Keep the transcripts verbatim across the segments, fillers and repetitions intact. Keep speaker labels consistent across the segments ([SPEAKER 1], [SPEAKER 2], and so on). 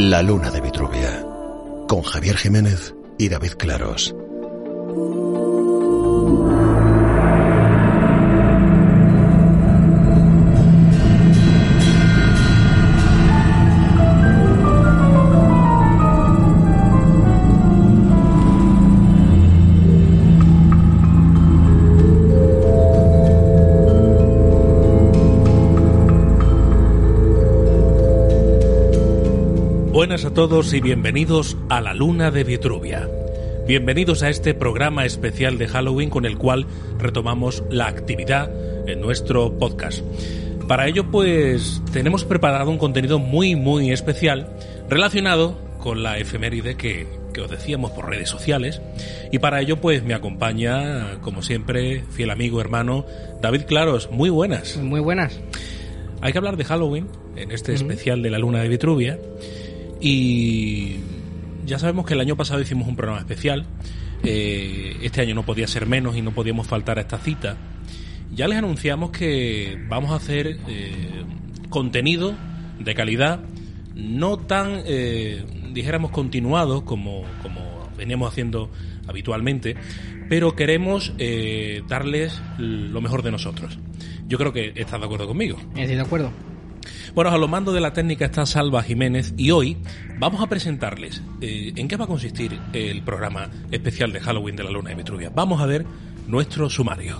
[SPEAKER 1] La Luna de Vitruvia, con Javier Jiménez y David Claros.
[SPEAKER 2] Buenas a todos y bienvenidos a La Luna de Vitruvia. Bienvenidos a este programa especial de Halloween con el cual retomamos la actividad en nuestro podcast. Para ello, pues, tenemos preparado un contenido muy, muy especial relacionado con la efeméride que, que os decíamos por redes sociales. Y para ello, pues, me acompaña, como siempre, fiel amigo, hermano, David Claros. Muy buenas.
[SPEAKER 3] Muy buenas.
[SPEAKER 2] Hay que hablar de Halloween en este uh-huh. especial de La Luna de Vitruvia. Y ya sabemos que el año pasado hicimos un programa especial. Eh, este año no podía ser menos y no podíamos faltar a esta cita. Ya les anunciamos que vamos a hacer eh, contenido de calidad, no tan, eh, dijéramos, continuado como, como veníamos haciendo habitualmente, pero queremos eh, darles lo mejor de nosotros. Yo creo que estás de acuerdo conmigo.
[SPEAKER 3] Estoy de acuerdo.
[SPEAKER 2] Bueno, a los mandos de la técnica está Salva Jiménez y hoy vamos a presentarles eh, en qué va a consistir el programa especial de Halloween de La Luna de Vitruvia. Vamos a ver nuestro sumario.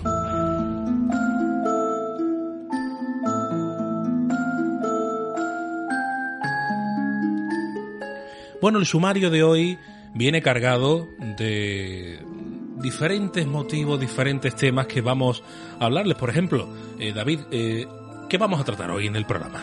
[SPEAKER 2] Bueno, el sumario de hoy viene cargado de diferentes motivos, diferentes temas que vamos a hablarles. Por ejemplo, eh, David, eh, ¿qué vamos a tratar hoy en el programa?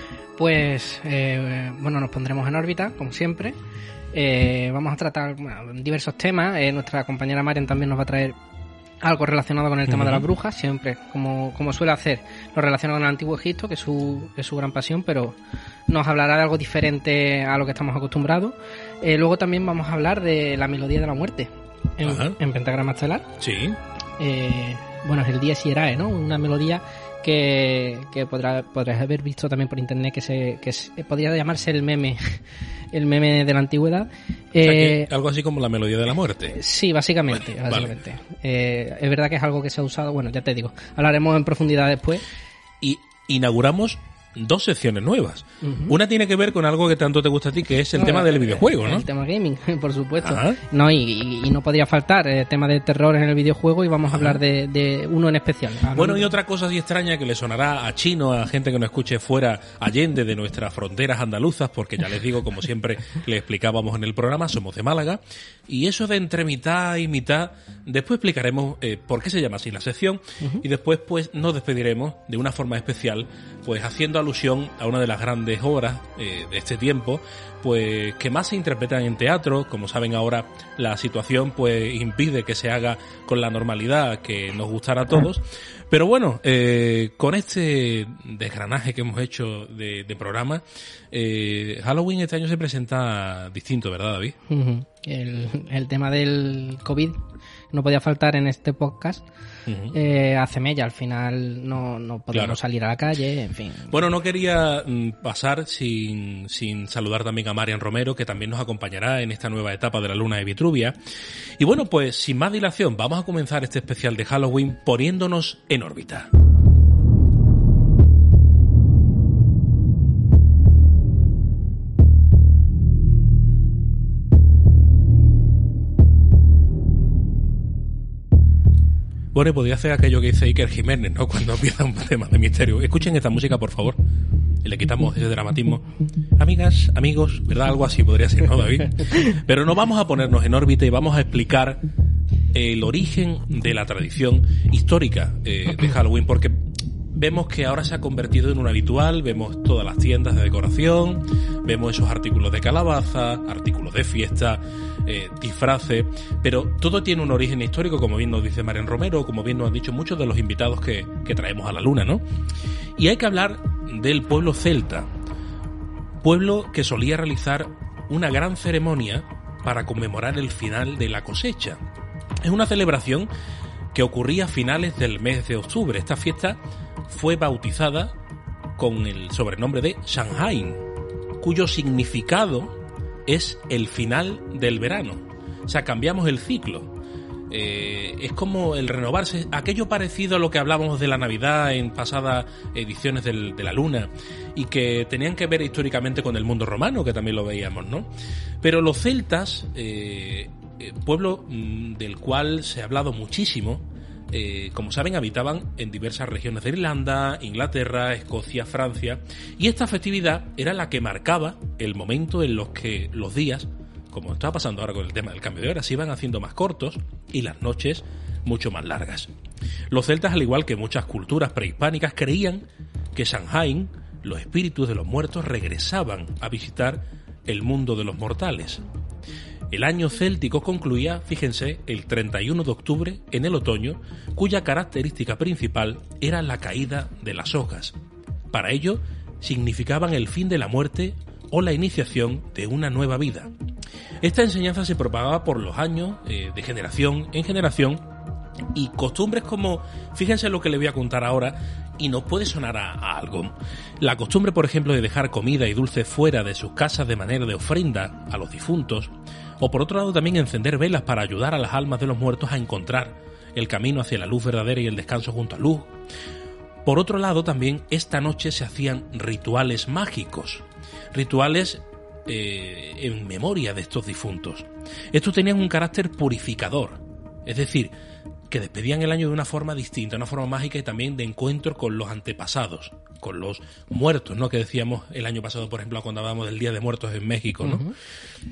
[SPEAKER 3] Pues, eh, bueno, nos pondremos en órbita, como siempre. Eh, vamos a tratar bueno, diversos temas. Eh, nuestra compañera Marian también nos va a traer algo relacionado con el tema uh-huh. de las brujas, siempre, como, como suele hacer, lo relaciona con el Antiguo Egipto, que es su, es su gran pasión, pero nos hablará de algo diferente a lo que estamos acostumbrados. Eh, luego también vamos a hablar de la melodía de la muerte en, uh-huh. en pentagrama estelar.
[SPEAKER 2] Sí.
[SPEAKER 3] Eh, bueno, es el Dies Irae, ¿no? Una melodía que, que podrá, podrás haber visto también por internet, que se que se, podría llamarse el meme el meme de la antigüedad.
[SPEAKER 2] O sea que algo así como la melodía de la muerte.
[SPEAKER 3] Sí, básicamente, bueno, básicamente.
[SPEAKER 2] Vale.
[SPEAKER 3] Eh, es verdad que es algo que se ha usado, bueno, ya te digo, hablaremos en profundidad después.
[SPEAKER 2] Y inauguramos dos secciones nuevas.
[SPEAKER 3] Uh-huh.
[SPEAKER 2] Una tiene que ver con algo que tanto te gusta a ti, que es el no, tema del videojuego, ¿no?
[SPEAKER 3] El tema gaming, por supuesto.
[SPEAKER 2] Ajá.
[SPEAKER 3] No, y, y, y no podría faltar el tema de terror en el videojuego y vamos Ajá. a hablar de, de uno en especial.
[SPEAKER 2] Bueno, y otra cosa así extraña que le sonará a chino, a gente que nos escuche fuera, allende de nuestras fronteras andaluzas, porque ya les digo, como siempre le explicábamos en el programa, somos de Málaga, y eso de entre mitad y mitad, después explicaremos eh, por qué se llama así la sección, uh-huh. y después pues nos despediremos de una forma especial, pues haciendo alusión a una de las grandes obras eh, de este tiempo, pues que más se interpretan en teatro. Como saben ahora, la situación pues impide que se haga con la normalidad que nos gustará a todos. Pero bueno, eh, con este desgranaje que hemos hecho de, de programa, eh, Halloween este año se presenta distinto, ¿verdad, David?
[SPEAKER 3] Uh-huh. El, el tema del COVID no podía faltar en este podcast. Uh-huh. Eh, hace mella, al final no, no podemos claro. salir a la calle, en fin.
[SPEAKER 2] Bueno, no quería mm, pasar sin, sin saludar también a Marian Romero, que también nos acompañará en esta nueva etapa de La Luna de Vitruvia. Y bueno, pues sin más dilación, vamos a comenzar este especial de Halloween poniéndonos en órbita. Bueno, podría hacer aquello que dice Iker Jiménez, ¿no? Cuando empieza un tema de misterio. Escuchen esta música, por favor. Y le quitamos ese dramatismo. Amigas, amigos, ¿verdad? Algo así podría ser, ¿no, David? Pero no vamos a ponernos en órbita y vamos a explicar el origen de la tradición histórica eh, de Halloween, porque vemos que ahora se ha convertido en un habitual, vemos todas las tiendas de decoración, vemos esos artículos de calabaza, artículos de fiesta, eh, disfraces, pero todo tiene un origen histórico, como bien nos dice Marian Romero, como bien nos han dicho muchos de los invitados que, que traemos a la Luna, ¿no? Y hay que hablar del pueblo celta, pueblo que solía realizar una gran ceremonia para conmemorar el final de la cosecha. Es una celebración que ocurría a finales del mes de octubre. Esta fiesta fue bautizada con el sobrenombre de Samhain, cuyo significado es el final del verano. O sea, cambiamos el ciclo. Eh, es como el renovarse, aquello parecido a lo que hablábamos de la Navidad en pasadas ediciones del, de la Luna, y que tenían que ver históricamente con el mundo romano, que también lo veíamos, ¿no? Pero los celtas, eh, pueblo mmm, del cual se ha hablado muchísimo, eh, como saben, habitaban en diversas regiones de Irlanda, Inglaterra, Escocia, Francia, y esta festividad era la que marcaba el momento en los que los días, como está pasando ahora con el tema del cambio de hora, se iban haciendo más cortos y las noches mucho más largas. Los celtas, al igual que muchas culturas prehispánicas, creían que Samhain, los espíritus de los muertos, regresaban a visitar el mundo de los mortales. El año céltico concluía, fíjense, el treinta y uno de octubre, en el otoño, cuya característica principal era la caída de las hojas. Para ello, significaban el fin de la muerte o la iniciación de una nueva vida. Esta enseñanza se propagaba por los años, eh, de generación en generación, y costumbres como, fíjense lo que les voy a contar ahora, y nos puede sonar a, a algo. La costumbre, por ejemplo, de dejar comida y dulces fuera de sus casas de manera de ofrenda a los difuntos, o por otro lado también encender velas para ayudar a las almas de los muertos a encontrar el camino hacia la luz verdadera y el descanso junto a luz. Por otro lado, también esta noche se hacían rituales mágicos, rituales eh, en memoria de estos difuntos. Estos tenían un carácter purificador, es decir, que despedían el año de una forma distinta, una forma mágica y también de encuentro con los antepasados, con los muertos, ¿no? Que decíamos el año pasado, por ejemplo, cuando hablábamos del Día de Muertos en México, ¿no? Uh-huh.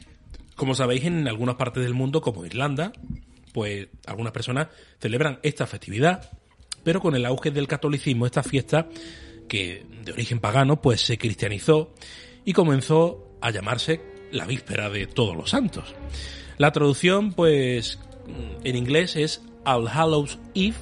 [SPEAKER 2] Como sabéis, en algunas partes del mundo, como Irlanda, pues algunas personas celebran esta festividad, pero con el auge del catolicismo, esta fiesta, que de origen pagano, pues se cristianizó y comenzó a llamarse la víspera de Todos los Santos. La traducción, pues, en inglés es All Hallows Eve,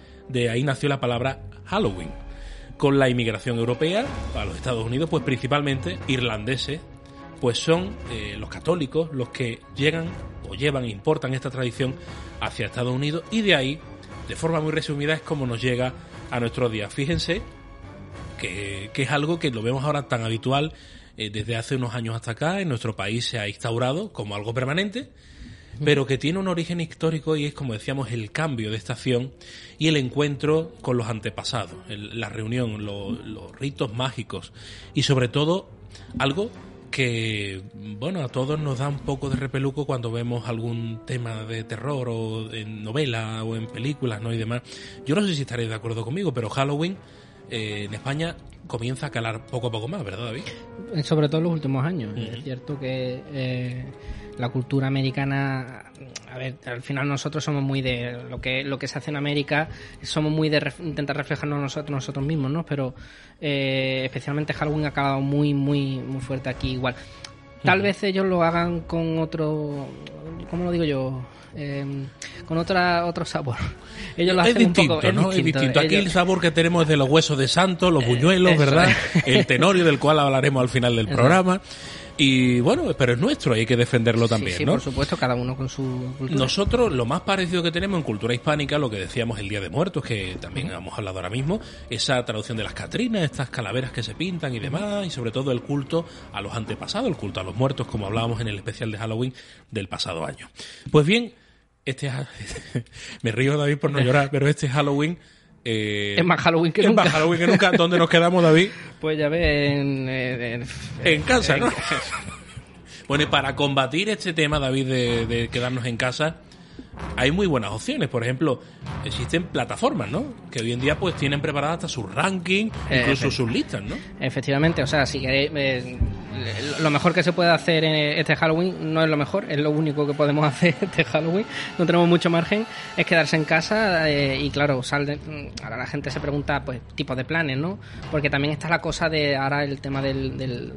[SPEAKER 2] de ahí nació la palabra Halloween. Con la inmigración europea a los Estados Unidos, pues principalmente irlandeses, pues son eh, los católicos los que llegan o llevan e importan esta tradición hacia Estados Unidos, y de ahí, de forma muy resumida, es como nos llega a nuestros días. Fíjense que, que es algo que lo vemos ahora tan habitual eh, desde hace unos años hasta acá. En nuestro país se ha instaurado como algo permanente, pero que tiene un origen histórico, y es, como decíamos, el cambio de estación y el encuentro con los antepasados, el, la reunión, lo, los ritos mágicos, y sobre todo algo que, bueno, a todos nos da un poco de repeluco cuando vemos algún tema de terror o en novela o en películas, ¿no? Y demás. Yo no sé si estaréis de acuerdo conmigo, pero Halloween eh, en España comienza a calar poco a poco más, ¿verdad, David?
[SPEAKER 3] Sobre todo en los últimos años. Uh-huh. Es cierto que eh, la cultura americana, a ver, al final nosotros somos muy de lo que lo que se hace en América, somos muy de ref, intentar reflejarnos nosotros nosotros mismos, ¿no? Pero eh, especialmente Halloween ha acabado muy muy muy fuerte aquí igual. Tal uh-huh. vez ellos lo hagan con otro, ¿cómo lo digo yo? Eh, con otra otro sabor. Ellos lo
[SPEAKER 2] es
[SPEAKER 3] hacen
[SPEAKER 2] distinto,
[SPEAKER 3] un poco,
[SPEAKER 2] ¿no?
[SPEAKER 3] es distinto.
[SPEAKER 2] Es distinto. Aquí
[SPEAKER 3] ellos...
[SPEAKER 2] el sabor que tenemos es de los huesos de santo, los buñuelos, Eso. ¿verdad? El tenorio, del cual hablaremos al final del Eso. programa. Y bueno, pero es nuestro y hay que defenderlo también,
[SPEAKER 3] sí, sí,
[SPEAKER 2] ¿no?
[SPEAKER 3] Por supuesto, cada uno con su cultura.
[SPEAKER 2] Nosotros, lo más parecido que tenemos en cultura hispánica, lo que decíamos el Día de Muertos, que también uh-huh. hemos hablado ahora mismo, esa traducción de las catrinas, estas calaveras que se pintan y demás, y sobre todo el culto a los antepasados, el culto a los muertos, como hablábamos en el especial de Halloween del pasado año. Pues bien, este me río, David, por no llorar, pero este Halloween... Eh,
[SPEAKER 3] es más Halloween que
[SPEAKER 2] es
[SPEAKER 3] nunca.
[SPEAKER 2] Es más Halloween que nunca. ¿Dónde nos quedamos, David?
[SPEAKER 3] Pues ya ves, en, en,
[SPEAKER 2] en casa,
[SPEAKER 3] en,
[SPEAKER 2] ¿no? Bueno, y para combatir este tema, David, de, de quedarnos en casa, hay muy buenas opciones. Por ejemplo, existen plataformas, ¿no? Que hoy en día pues tienen preparadas hasta sus rankings, incluso eh, sus listas, ¿no?
[SPEAKER 3] Efectivamente, o sea, si queréis, eh, lo mejor que se puede hacer en este Halloween no es lo mejor, es lo único que podemos hacer este Halloween, no tenemos mucho margen, es quedarse en casa eh, y claro, sal de, ahora la gente se pregunta pues tipos de planes, ¿no? Porque también está la cosa de ahora el tema del... del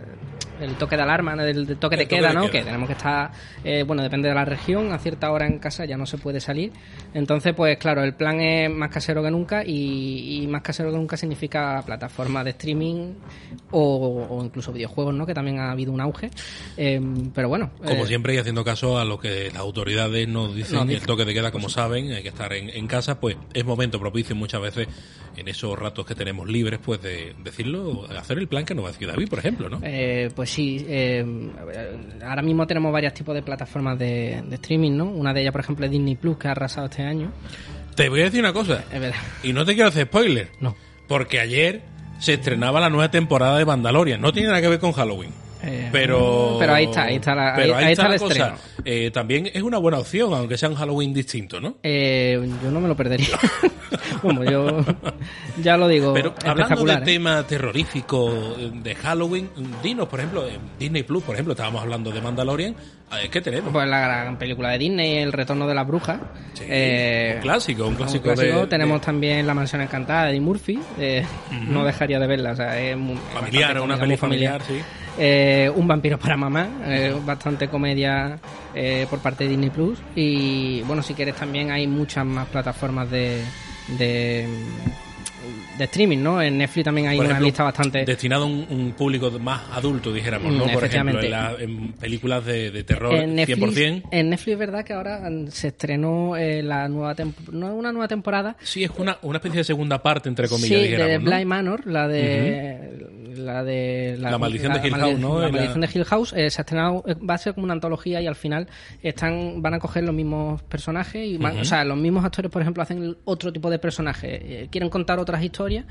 [SPEAKER 3] el toque de alarma, del, del toque de queda, toque ¿no? De queda. Que tenemos que estar, eh, bueno, depende de la región, a cierta hora en casa ya no se puede salir. Entonces, pues claro, el plan es más casero que nunca y, y más casero que nunca significa plataformas de streaming o, o incluso videojuegos, ¿no? Que también ha habido un auge. Eh, pero bueno.
[SPEAKER 2] Como
[SPEAKER 3] eh,
[SPEAKER 2] siempre, y haciendo caso a lo que las autoridades nos dicen, no, el toque de queda, como saben, hay que estar en, en casa, pues es momento propicio muchas veces en esos ratos que tenemos libres, pues de decirlo, hacer el plan que nos va a decir David, por ejemplo, ¿no?
[SPEAKER 3] Eh, pues sí, eh, ahora mismo tenemos varios tipos de plataformas de, de streaming, ¿no? Una de ellas, por ejemplo, es Disney Plus, que ha arrasado este año.
[SPEAKER 2] Te voy a decir una cosa,
[SPEAKER 3] Es verdad.
[SPEAKER 2] y no te quiero hacer spoiler,
[SPEAKER 3] No.
[SPEAKER 2] porque ayer se estrenaba la nueva temporada de Mandalorian. No tiene nada que ver con Halloween.
[SPEAKER 3] Eh,
[SPEAKER 2] Pero,
[SPEAKER 3] pero ahí está, ahí está la,
[SPEAKER 2] pero
[SPEAKER 3] ahí,
[SPEAKER 2] ahí
[SPEAKER 3] ahí
[SPEAKER 2] está
[SPEAKER 3] está
[SPEAKER 2] la
[SPEAKER 3] el
[SPEAKER 2] cosa.
[SPEAKER 3] estreno.
[SPEAKER 2] Eh, también es una buena opción, aunque sea un Halloween distinto, ¿no?
[SPEAKER 3] Eh, yo no me lo perdería. Como yo ya lo digo,
[SPEAKER 2] Pero hablando
[SPEAKER 3] espectacular,
[SPEAKER 2] de
[SPEAKER 3] ¿eh?
[SPEAKER 2] tema terrorífico de Halloween, dinos, por ejemplo, en Disney Plus, por ejemplo, estábamos hablando de Mandalorian, ¿qué tenemos?
[SPEAKER 3] Pues la gran película de Disney, El retorno de las brujas.
[SPEAKER 2] Sí,
[SPEAKER 3] Eh,
[SPEAKER 2] un clásico, un clásico,
[SPEAKER 3] un clásico.
[SPEAKER 2] de-
[SPEAKER 3] Tenemos
[SPEAKER 2] de-
[SPEAKER 3] también La mansión encantada de Eddie Murphy. Eh,
[SPEAKER 2] Ujú.
[SPEAKER 3] No dejaría de verla, o sea, es muy,
[SPEAKER 2] familiar,
[SPEAKER 3] bastante
[SPEAKER 2] una
[SPEAKER 3] cómica,
[SPEAKER 2] peli
[SPEAKER 3] muy
[SPEAKER 2] familiar, sí.
[SPEAKER 3] Eh, un vampiro para mamá, eh, bastante comedia eh, por parte de Disney Plus. Y bueno, si quieres también hay muchas más plataformas de, de, de streaming, ¿no? En Netflix también hay
[SPEAKER 2] Por
[SPEAKER 3] una
[SPEAKER 2] ejemplo,
[SPEAKER 3] lista bastante...
[SPEAKER 2] destinado a un, un público más adulto, dijéramos,
[SPEAKER 3] Mm,
[SPEAKER 2] ¿no? Por ejemplo,
[SPEAKER 3] efectivamente.
[SPEAKER 2] en, la- en películas de, de terror
[SPEAKER 3] En Netflix,
[SPEAKER 2] cien por ciento.
[SPEAKER 3] en Netflix es verdad que ahora se estrenó eh, la nueva temporada, no es una nueva temporada,
[SPEAKER 2] Sí, es una, una especie de segunda parte, entre comillas,
[SPEAKER 3] sí,
[SPEAKER 2] dijéramos,
[SPEAKER 3] de
[SPEAKER 2] ¿no?
[SPEAKER 3] Bly Manor, la de la de
[SPEAKER 2] La maldición de Hill
[SPEAKER 3] maldi-
[SPEAKER 2] House, ¿no?
[SPEAKER 3] La
[SPEAKER 2] La-
[SPEAKER 3] maldición de Hill House eh, se ha estrenado, eh, va a ser como una antología y al final están van a coger los mismos personajes y van-
[SPEAKER 2] Ujú.
[SPEAKER 3] o sea, los mismos actores, por ejemplo, hacen otro tipo de personajes, eh, quieren contar otras historias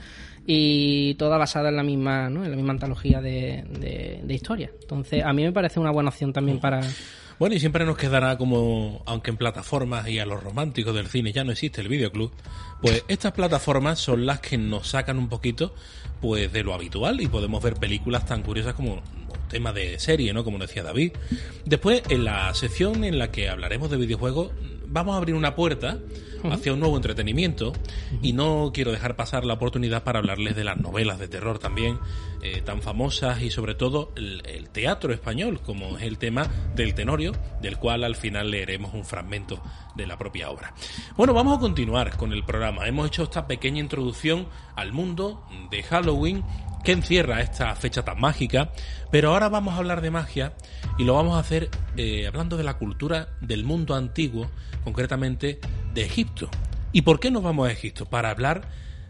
[SPEAKER 3] y toda basada en la misma, ¿no? En la misma antología de, de, de historia. Entonces, a mí me parece una buena opción también para...
[SPEAKER 2] Bueno, y siempre nos quedará como, aunque en plataformas y a los románticos del cine ya no existe el videoclub, pues estas plataformas son las que nos sacan un poquito pues de lo habitual y podemos ver películas tan curiosas como tema de serie, ¿no? Como decía David. Después, en la sección en la que hablaremos de videojuegos, vamos a abrir una puerta hacia un nuevo entretenimiento y no quiero dejar pasar la oportunidad para hablarles de las novelas de terror también eh, tan famosas y sobre todo el, el teatro español, como es el tema del Tenorio, del cual al final leeremos un fragmento de la propia obra. Bueno, vamos a continuar con el programa. Hemos hecho esta pequeña introducción al mundo de Halloween que encierra esta fecha tan mágica, pero ahora vamos a hablar de magia y lo vamos a hacer eh, hablando de la cultura del mundo antiguo, concretamente de Egipto. ¿Y por qué nos vamos a Egipto? Para hablar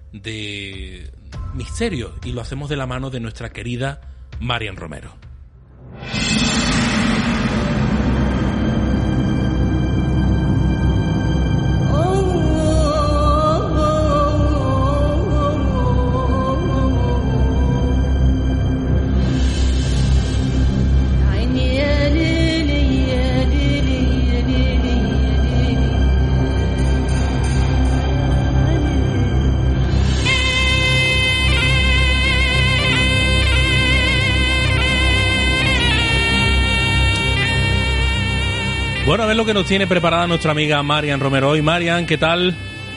[SPEAKER 2] de misterios, y lo hacemos de la mano de nuestra querida Marian Romero. Bueno, a ver lo que nos tiene preparada nuestra amiga Marian Romero hoy. Marian, ¿qué tal?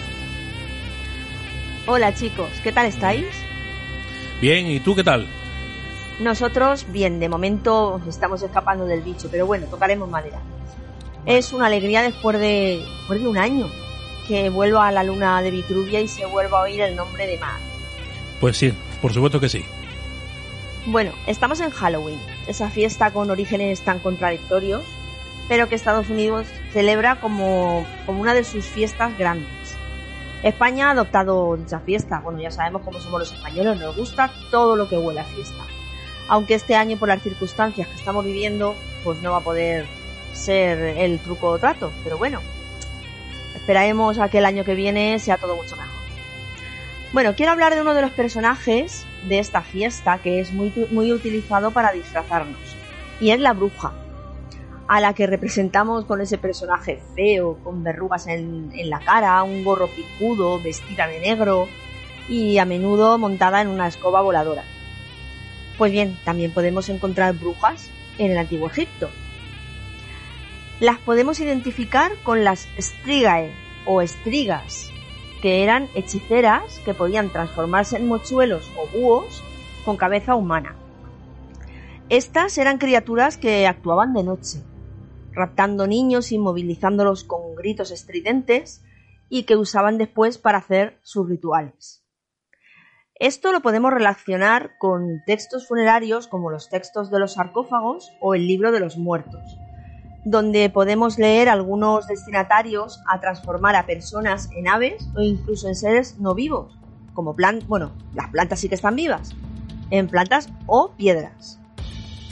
[SPEAKER 4] Hola chicos, ¿qué tal estáis?
[SPEAKER 2] Bien, ¿y tú qué tal?
[SPEAKER 4] Nosotros, bien, de momento estamos escapando del bicho, pero bueno, tocaremos madera. Es una alegría después de, después de un año que vuelva a la luna de Vitruvia y se vuelva a oír el nombre de Mar.
[SPEAKER 2] Pues sí, por supuesto que sí.
[SPEAKER 4] Bueno, estamos en Halloween, esa fiesta con orígenes tan contradictorios, pero que Estados Unidos celebra como, como una de sus fiestas grandes. España ha adoptado dicha fiesta. Bueno, ya sabemos cómo somos los españoles, nos gusta todo lo que huele a fiesta. Aunque este año, por las circunstancias que estamos viviendo, pues no va a poder ser el truco o trato. Pero bueno, esperaremos a que el año que viene sea todo mucho mejor. Bueno, quiero hablar de uno de los personajes de esta fiesta que es muy, muy utilizado para disfrazarnos. Y es la bruja, a la que representamos con ese personaje feo, con verrugas en, en la cara, un gorro picudo, vestida de negro y a menudo montada en una escoba voladora. Pues bien, también podemos encontrar brujas en el Antiguo Egipto. Las podemos identificar con las strigae o estrigas, que eran hechiceras que podían transformarse en mochuelos o búhos con cabeza humana. Estas eran criaturas que actuaban de noche, raptando niños y movilizándolos con gritos estridentes y que usaban después para hacer sus rituales. Esto lo podemos relacionar con textos funerarios como los textos de los sarcófagos o el libro de los muertos, donde podemos leer algunos destinatarios a transformar a personas en aves o incluso en seres no vivos, como plantas, bueno, las plantas sí que están vivas, en plantas o piedras.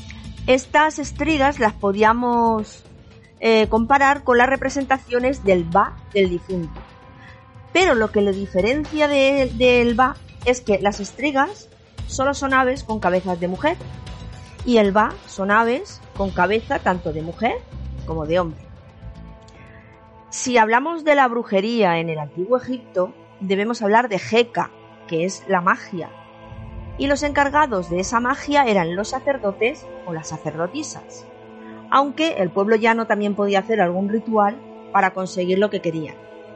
[SPEAKER 4] Estas estrigas las podíamos eh, comparar con las representaciones del Ba del difunto. Pero lo que le diferencia de, del Ba es que las estrigas solo son aves con cabezas de mujer y el Ba son aves con cabeza tanto de mujer como de hombre. Si hablamos de la brujería en el Antiguo Egipto, debemos hablar de Heka, que es la magia. Y los encargados de esa magia eran los sacerdotes o las sacerdotisas. Aunque el pueblo llano también podía hacer algún ritual para conseguir lo que querían.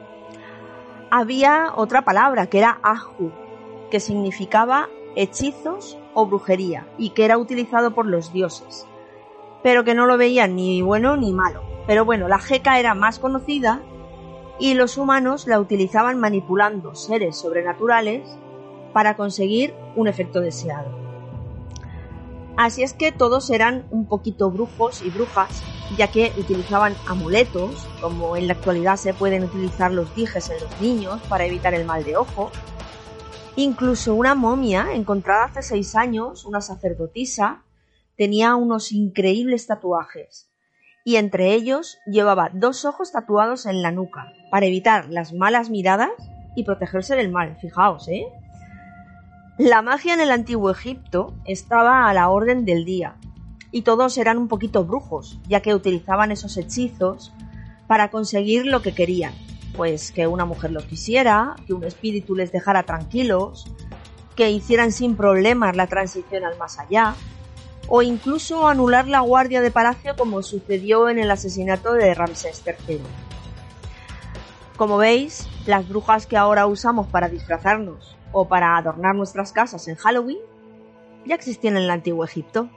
[SPEAKER 4] Había otra palabra que era Aju, que significaba hechizos o brujería y que era utilizado por los dioses, pero que no lo veían ni bueno ni malo. Pero bueno, la Heka era más conocida y los humanos la utilizaban manipulando seres sobrenaturales para conseguir un efecto deseado. Así es que todos eran un poquito brujos y brujas, ya que utilizaban amuletos, como en la actualidad se pueden utilizar los dijes en los niños para evitar el mal de ojo. Incluso una momia encontrada hace seis años, una sacerdotisa, tenía unos increíbles tatuajes, y entre ellos llevaba dos ojos tatuados en la nuca, para evitar las malas miradas y protegerse del mal, fijaos, ¿eh? La magia en el Antiguo Egipto estaba a la orden del día, y todos eran un poquito brujos, ya que utilizaban esos hechizos para conseguir lo que querían, pues que una mujer los quisiera, que un espíritu les dejara tranquilos, que hicieran sin problemas la transición al más allá, o incluso anular la guardia de palacio como sucedió en el asesinato de Ramsés tercero. Como veis, las brujas que ahora usamos para disfrazarnos o para adornar nuestras casas en Halloween ya existían en el Antiguo Egipto.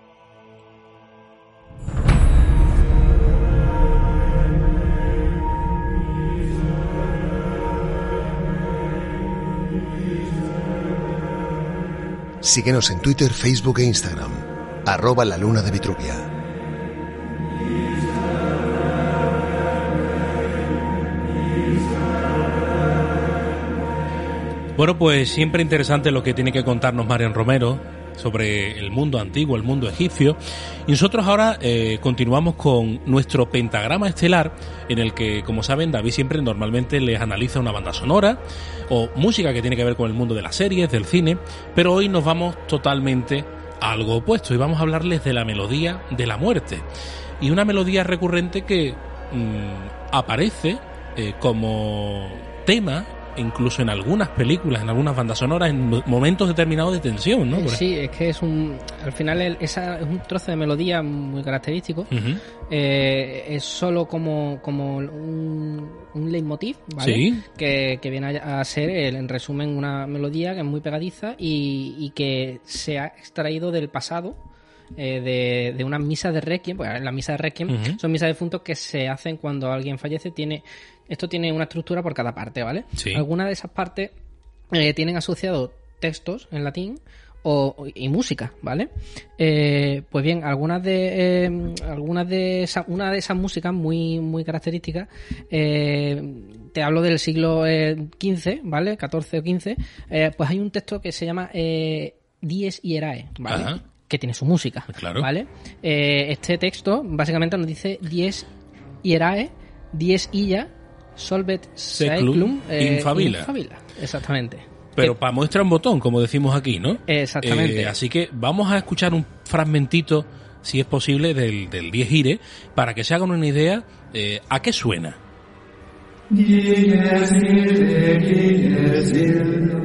[SPEAKER 1] Síguenos en Twitter, Facebook e Instagram. Arroba la luna de Vitruvia.
[SPEAKER 2] Bueno, pues siempre interesante lo que tiene que contarnos Marian Romero sobre el mundo antiguo, el mundo egipcio. Y nosotros ahora eh, continuamos con nuestro pentagrama estelar, en el que, como saben, David siempre normalmente les analiza una banda sonora o música que tiene que ver con el mundo de las series, del cine, pero hoy nos vamos totalmente a algo opuesto y vamos a hablarles de la melodía de la muerte. Y una melodía recurrente que mmm, aparece eh, como tema incluso en algunas películas, en algunas bandas sonoras, en momentos determinados de tensión, ¿no?
[SPEAKER 3] Sí, es que es un, al final el, esa es un trozo de melodía muy característico. Uh-huh. Eh, es solo como, como un, un leitmotiv, ¿vale? Sí. Que, que viene a, a ser, el, en resumen, una melodía que es muy pegadiza y, y que se ha extraído del pasado. Eh, de, de unas misas de Requiem, pues las misas de Requiem uh-huh. son misas de difuntos que se hacen cuando alguien fallece. Tiene esto tiene una estructura por cada parte, ¿vale? Sí. Algunas de esas partes eh, tienen asociados textos en latín o, y música, ¿vale? Eh, pues bien, algunas de eh, algunas de esa, una de esas músicas muy muy características, eh, te hablo del siglo eh, quince, ¿vale? catorce o quince, eh, pues hay un texto que se llama eh, Dies Irae, ¿vale? Ajá. Que tiene su música, claro. ¿Vale? Eh, este texto básicamente nos dice Dies Irae, Dies Illa, Solvet Saeclum eh, infabila. infabila. Exactamente.
[SPEAKER 2] Pero para muestra un botón, como decimos aquí, ¿no?
[SPEAKER 3] Exactamente.
[SPEAKER 2] Eh, así que vamos a escuchar un fragmentito, si es posible, del, del Dies Irae, para que se hagan una idea eh, a qué suena. Dies Irae, Dies Irae,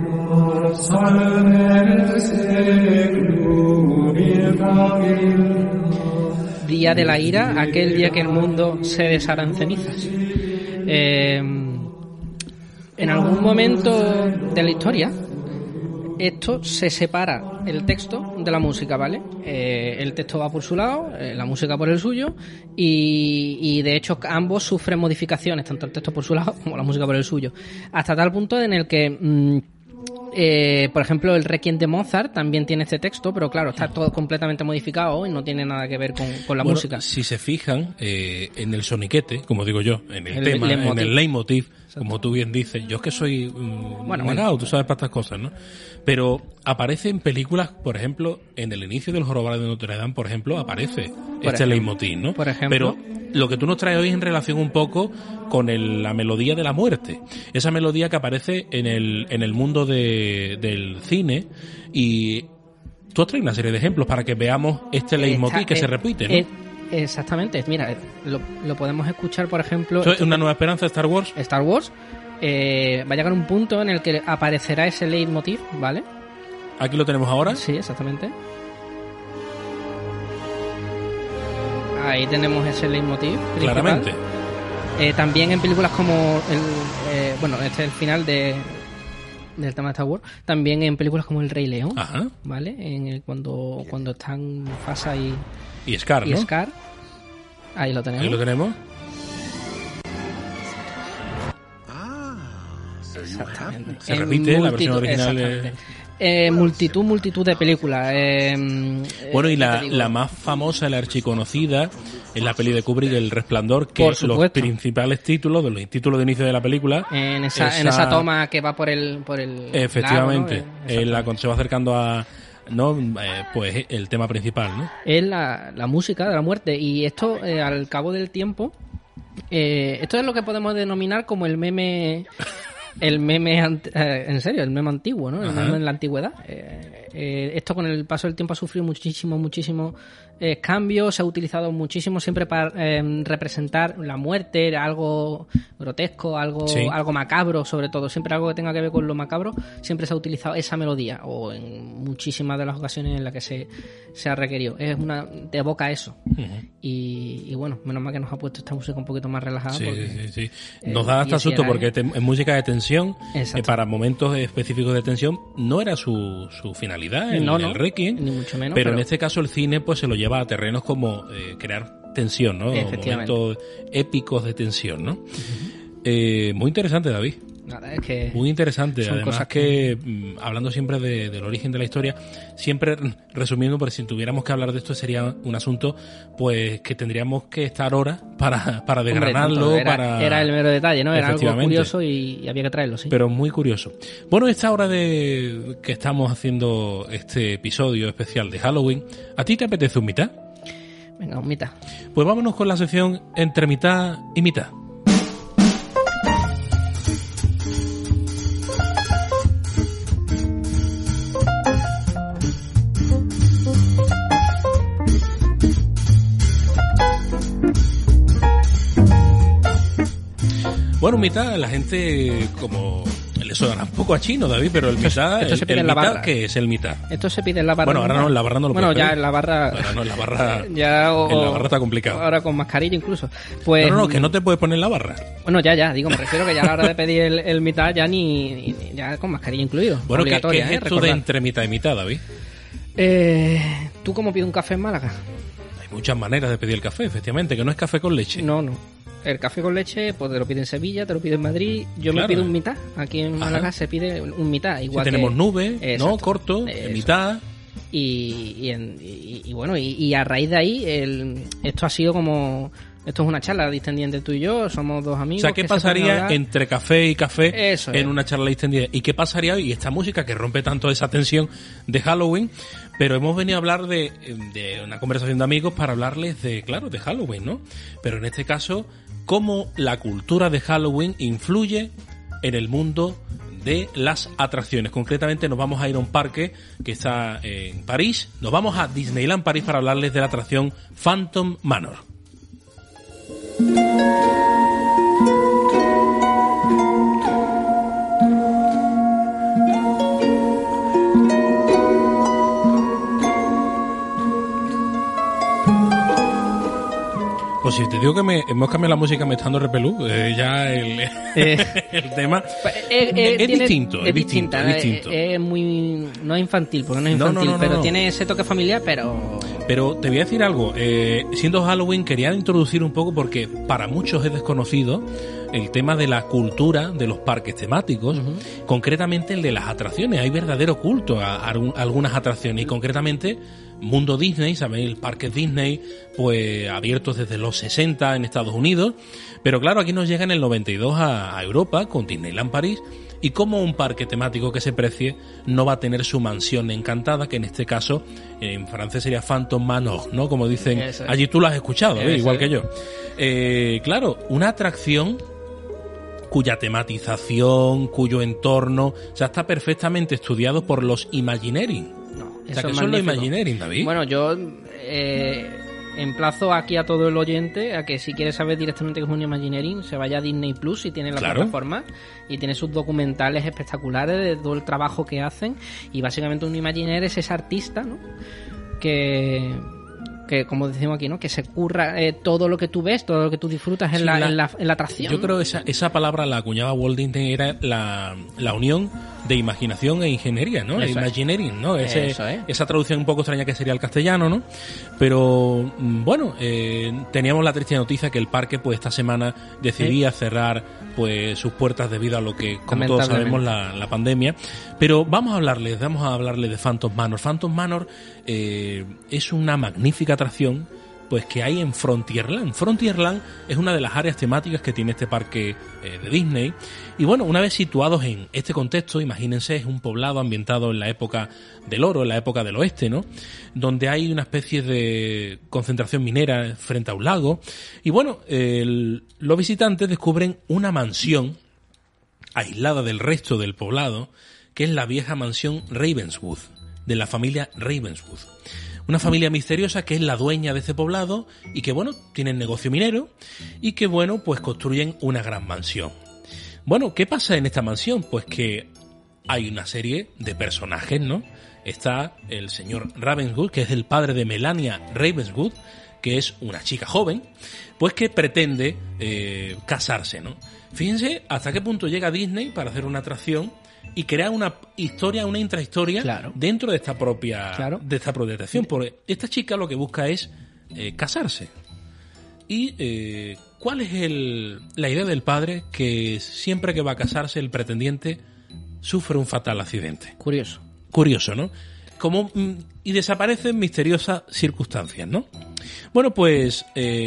[SPEAKER 3] Día de la ira, aquel día que el mundo se deshará en cenizas. Eh, en algún momento de la historia, esto se separa el texto de la música, ¿vale? Eh, el texto va por su lado, eh, la música por el suyo, y, y de hecho ambos sufren modificaciones, tanto el texto por su lado como la música por el suyo, hasta tal punto en el que mmm, Eh, por ejemplo, el Requiem de Mozart también tiene este texto, pero claro, está todo completamente modificado y no tiene nada que ver con, con la
[SPEAKER 2] bueno,
[SPEAKER 3] música.
[SPEAKER 2] Si se fijan eh, en el soniquete, como digo yo, en el,
[SPEAKER 3] El
[SPEAKER 2] tema,
[SPEAKER 3] leitmotiv.
[SPEAKER 2] en el leitmotiv, como tú bien dices, yo es que soy um,
[SPEAKER 3] Bueno,
[SPEAKER 2] negado,
[SPEAKER 3] bueno.
[SPEAKER 2] tú sabes para estas cosas, ¿no? Pero aparece en películas, por ejemplo, en el inicio del Jorobado de Notre Dame, por ejemplo, aparece este
[SPEAKER 3] ejemplo.
[SPEAKER 2] leitmotiv, ¿no?
[SPEAKER 3] Por ejemplo.
[SPEAKER 2] Pero lo que tú nos traes hoy es en relación un poco con el, la melodía de la muerte. Esa melodía que aparece en el, en el mundo de, del cine y tú has traído una serie de ejemplos para que veamos este leitmotiv
[SPEAKER 3] Está-
[SPEAKER 2] que
[SPEAKER 3] eh,
[SPEAKER 2] se repite, ¿no?
[SPEAKER 3] eh, exactamente, mira, lo, lo podemos escuchar, por ejemplo,
[SPEAKER 2] ¿Eso es Una Nueva Esperanza de Star Wars?
[SPEAKER 3] Star Wars. Eh, va a llegar un punto en el que aparecerá ese leitmotiv, ¿vale?
[SPEAKER 2] Aquí lo tenemos ahora.
[SPEAKER 3] Sí, exactamente. Ahí tenemos ese leitmotiv principal.
[SPEAKER 2] Claramente.
[SPEAKER 3] Eh, también en películas como el, eh, bueno, este es el final de del tema de Star Wars. También en películas como El Rey León,
[SPEAKER 2] Ajá.
[SPEAKER 3] ¿vale? En el, cuando cuando están Mufasa y,
[SPEAKER 2] Y Scar,
[SPEAKER 3] y
[SPEAKER 2] ¿no?
[SPEAKER 3] Scar. Ahí lo tenemos.
[SPEAKER 2] Ahí lo tenemos.
[SPEAKER 3] Exactamente.
[SPEAKER 2] Se
[SPEAKER 3] En
[SPEAKER 2] repite la versión
[SPEAKER 3] multitud-
[SPEAKER 2] original de-
[SPEAKER 3] exactamente. Eh, multitud, multitud de películas. Eh,
[SPEAKER 2] Bueno, y
[SPEAKER 3] eh,
[SPEAKER 2] la,
[SPEAKER 3] te digo,
[SPEAKER 2] la más famosa, la archiconocida, es la peli de Kubrick, El Resplandor, que
[SPEAKER 3] Por
[SPEAKER 2] los
[SPEAKER 3] supuesto.
[SPEAKER 2] principales títulos, de los títulos de inicio de la película,
[SPEAKER 3] en esa, en
[SPEAKER 2] esa-
[SPEAKER 3] esa toma que va por el por el
[SPEAKER 2] efectivamente,
[SPEAKER 3] lago, ¿no?
[SPEAKER 2] en la, cuando se va acercando a, no, eh, pues el tema principal, ¿no?
[SPEAKER 3] Es la, la música de la muerte. Y esto, eh, al cabo del tiempo, eh, esto es lo que podemos denominar como el meme, el meme, ant- eh, en serio, el meme antiguo, ¿no? El
[SPEAKER 2] Ajá.
[SPEAKER 3] meme en la antigüedad. Eh, eh, esto con el paso del tiempo ha sufrido muchísimo, muchísimo eh, cambios, se ha utilizado muchísimo siempre para eh, representar la muerte, algo grotesco, algo,
[SPEAKER 2] Sí.
[SPEAKER 3] algo macabro, sobre todo, siempre algo que tenga que ver con lo macabro, siempre se ha utilizado esa melodía, o en muchísimas de las ocasiones en las que se, se ha requerido. Es una, te evoca eso.
[SPEAKER 2] Ujú.
[SPEAKER 3] Y, y bueno, menos mal que nos ha puesto esta música un poquito más relajada.
[SPEAKER 2] Sí,
[SPEAKER 3] porque,
[SPEAKER 2] sí, sí.
[SPEAKER 3] eh,
[SPEAKER 2] Nos da
[SPEAKER 3] y
[SPEAKER 2] hasta
[SPEAKER 3] así
[SPEAKER 2] susto
[SPEAKER 3] era,
[SPEAKER 2] porque
[SPEAKER 3] ¿eh?
[SPEAKER 2] te- es música de tensión,
[SPEAKER 3] Exacto.
[SPEAKER 2] eh, para momentos específicos de tensión no era su, su finalidad, el,
[SPEAKER 3] No, no,
[SPEAKER 2] el Requiem,
[SPEAKER 3] ni mucho menos,
[SPEAKER 2] pero,
[SPEAKER 3] pero-
[SPEAKER 2] en este caso el cine pues se lo lleva a terrenos como eh, crear tensión, ¿no?
[SPEAKER 3] Efectivamente.
[SPEAKER 2] Momentos épicos de tensión, ¿no? Eh, muy interesante, David.
[SPEAKER 3] Nada, es que
[SPEAKER 2] Muy interesante,
[SPEAKER 3] son
[SPEAKER 2] además
[SPEAKER 3] cosas
[SPEAKER 2] que, mm, hablando siempre de- del origen de la historia, siempre mm, resumiendo, porque si tuviéramos que hablar de esto sería un asunto pues que tendríamos que estar horas para, para
[SPEAKER 3] hombre,
[SPEAKER 2] desgranarlo,
[SPEAKER 3] tanto, era,
[SPEAKER 2] para...
[SPEAKER 3] era el mero detalle, ¿no? Era algo
[SPEAKER 2] Efectivamente.
[SPEAKER 3] curioso y, y había que traerlo, sí.
[SPEAKER 2] Pero muy curioso. Bueno, esta hora de que estamos haciendo este episodio especial de Halloween, ¿a ti te apetece un mitad?
[SPEAKER 3] Venga, un mitad.
[SPEAKER 2] Pues vámonos con la sección entre mitad y mitad. Bueno, mitad, la gente como le suena un poco a chino, David, pero el mitad,
[SPEAKER 3] esto se
[SPEAKER 2] el,
[SPEAKER 3] pide
[SPEAKER 2] el
[SPEAKER 3] en la
[SPEAKER 2] mitad,
[SPEAKER 3] barra.
[SPEAKER 2] ¿qué es el mitad?
[SPEAKER 3] Esto se pide en la barra.
[SPEAKER 2] Bueno, ahora no, en la barra no lo
[SPEAKER 3] Bueno,
[SPEAKER 2] puedes
[SPEAKER 3] ya
[SPEAKER 2] pedir.
[SPEAKER 3] en la barra...
[SPEAKER 2] Ahora no, en la barra...
[SPEAKER 3] ya o-
[SPEAKER 2] en la barra está complicado.
[SPEAKER 3] Ahora con mascarilla incluso. Pues,
[SPEAKER 2] No, no, no, que no te puedes poner en la barra.
[SPEAKER 3] Bueno, ya, ya, digo, me refiero que ya a la hora de pedir el, el mitad ya ni, ni- ni- ya con mascarilla incluido.
[SPEAKER 2] Bueno, ¿qué,
[SPEAKER 3] obligatoria,
[SPEAKER 2] qué es
[SPEAKER 3] ¿eh?
[SPEAKER 2] esto de
[SPEAKER 3] Recordad.
[SPEAKER 2] entre mitad y mitad, David?
[SPEAKER 3] Eh, ¿Tú cómo pides un café en Málaga?
[SPEAKER 2] Hay muchas maneras de pedir el café, efectivamente, que no es café con leche.
[SPEAKER 3] No, no. El café con leche, pues te lo pide en Sevilla, te lo pide en Madrid. Yo
[SPEAKER 2] Claro.
[SPEAKER 3] me pido un mitad. Aquí en
[SPEAKER 2] Ajá.
[SPEAKER 3] Málaga se pide un mitad.
[SPEAKER 2] Si
[SPEAKER 3] Igual que-
[SPEAKER 2] tenemos nube, ¿no?
[SPEAKER 3] Exacto.
[SPEAKER 2] Corto,
[SPEAKER 3] Eso.
[SPEAKER 2] mitad.
[SPEAKER 3] Y, y, en- y- y bueno, y, y a raíz de ahí, el, esto ha sido como... Esto es una charla distendida tú y yo, somos dos
[SPEAKER 2] O
[SPEAKER 3] amigos.
[SPEAKER 2] sea, ¿qué
[SPEAKER 3] que se ponen a
[SPEAKER 2] pasaría
[SPEAKER 3] hablar.
[SPEAKER 2] entre café y café
[SPEAKER 3] Eso
[SPEAKER 2] en
[SPEAKER 3] es.
[SPEAKER 2] una charla distendida? ¿Y qué pasaría hoy? Y esta música que rompe tanto esa tensión de Halloween, pero hemos venido a hablar de, de una conversación de amigos para hablarles de, claro, de Halloween, ¿no? Pero en este caso, cómo la cultura de Halloween influye en el mundo de las atracciones. Concretamente nos vamos a ir a un parque que está en París. Nos vamos a Disneyland París para hablarles de la atracción Phantom Manor. Pues si te digo que me, hemos cambiado la música, me está dando repelú, eh, ya el,
[SPEAKER 3] Eh.
[SPEAKER 2] el tema
[SPEAKER 3] Pues, eh, eh,
[SPEAKER 2] es
[SPEAKER 3] tiene-
[SPEAKER 2] distinto, es distinto,
[SPEAKER 3] distinta,
[SPEAKER 2] es distinto.
[SPEAKER 3] eh, Es muy... No es infantil, porque no es
[SPEAKER 2] No, no,
[SPEAKER 3] infantil,
[SPEAKER 2] no, no,
[SPEAKER 3] pero
[SPEAKER 2] no.
[SPEAKER 3] tiene ese toque familiar, pero...
[SPEAKER 2] Pero te voy a decir algo, eh, siendo Halloween quería introducir un poco porque para muchos es desconocido el tema de la cultura de los parques temáticos, uh-huh. concretamente el de las atracciones. Hay verdadero culto a, a, a algunas atracciones y concretamente Mundo Disney, ¿sabéis? El parque Disney, pues abiertos desde los sesenta en Estados Unidos, pero claro, aquí nos llega en el noventa y dos a, a Europa con Disneyland París. Y como un parque temático que se precie no va a tener su mansión encantada, que en este caso en francés sería Phantom Manor, ¿no? Como dicen, es. Allí tú lo has escuchado, ¿eh? Igual es. que yo. Eh, claro, una atracción cuya tematización, cuyo entorno, o sea, está perfectamente estudiado por los Imagineering. No, o sea, que son los Imagineering, David.
[SPEAKER 3] Bueno, yo eh, emplazo aquí a todo el oyente a que si quiere saber directamente qué es un Imagineering, se vaya a Disney Plus y tiene la claro. plataforma y tiene sus documentales espectaculares de todo el trabajo que hacen. Y básicamente un Imagineer es ese artista, ¿no? Que... que como decimos aquí, ¿no? Que se curra eh, todo lo que tú ves, todo lo que tú disfrutas en, sí, la, la, en, la, en la atracción.
[SPEAKER 2] Yo creo que esa, esa palabra la acuñaba Walt Disney, era la, la unión de imaginación e ingeniería, ¿no? Eso Imagineering, es. ¿no? Ese, Eso es. Esa traducción un poco extraña que sería el castellano, ¿no? Pero, bueno, eh, teníamos la triste noticia que el parque, pues esta semana decidía ¿Sí? cerrar pues sus puertas debido a lo que, como todos sabemos, la, la pandemia. Pero vamos a hablarles, vamos a hablarles de Phantom Manor. Phantom Manor eh, es una magnífica atracción pues que hay en Frontierland. Frontierland es una de las áreas temáticas que tiene este parque eh, de Disney. Y bueno, una vez situados en este contexto, imagínense, es un poblado ambientado en la época del oro, en la época del oeste, ¿no? Donde hay una especie de concentración minera frente a un lago. Y bueno, el, los visitantes descubren una mansión aislada del resto del poblado, que es la vieja mansión Ravenswood, de la familia Ravenswood. Una familia misteriosa que es la dueña de ese poblado y que, bueno, tienen negocio minero y que, bueno, pues construyen una gran mansión. Bueno, ¿qué pasa en esta mansión? Pues que hay una serie de personajes, ¿no? Está el señor Ravenswood, que es el padre de Melania Ravenswood, que es una chica joven, pues que pretende eh, casarse, ¿no? Fíjense hasta qué punto llega Disney para hacer una atracción y crear una historia, una intrahistoria claro. dentro de esta propia claro. de esta propia atracción. Porque esta chica lo que busca es eh, casarse. Y eh, ¿cuál es el, la idea del padre? Que siempre que va a casarse el pretendiente sufre un fatal accidente.
[SPEAKER 3] Curioso.
[SPEAKER 2] Curioso, ¿no? Como, y desaparece en misteriosas circunstancias, ¿no? Bueno, pues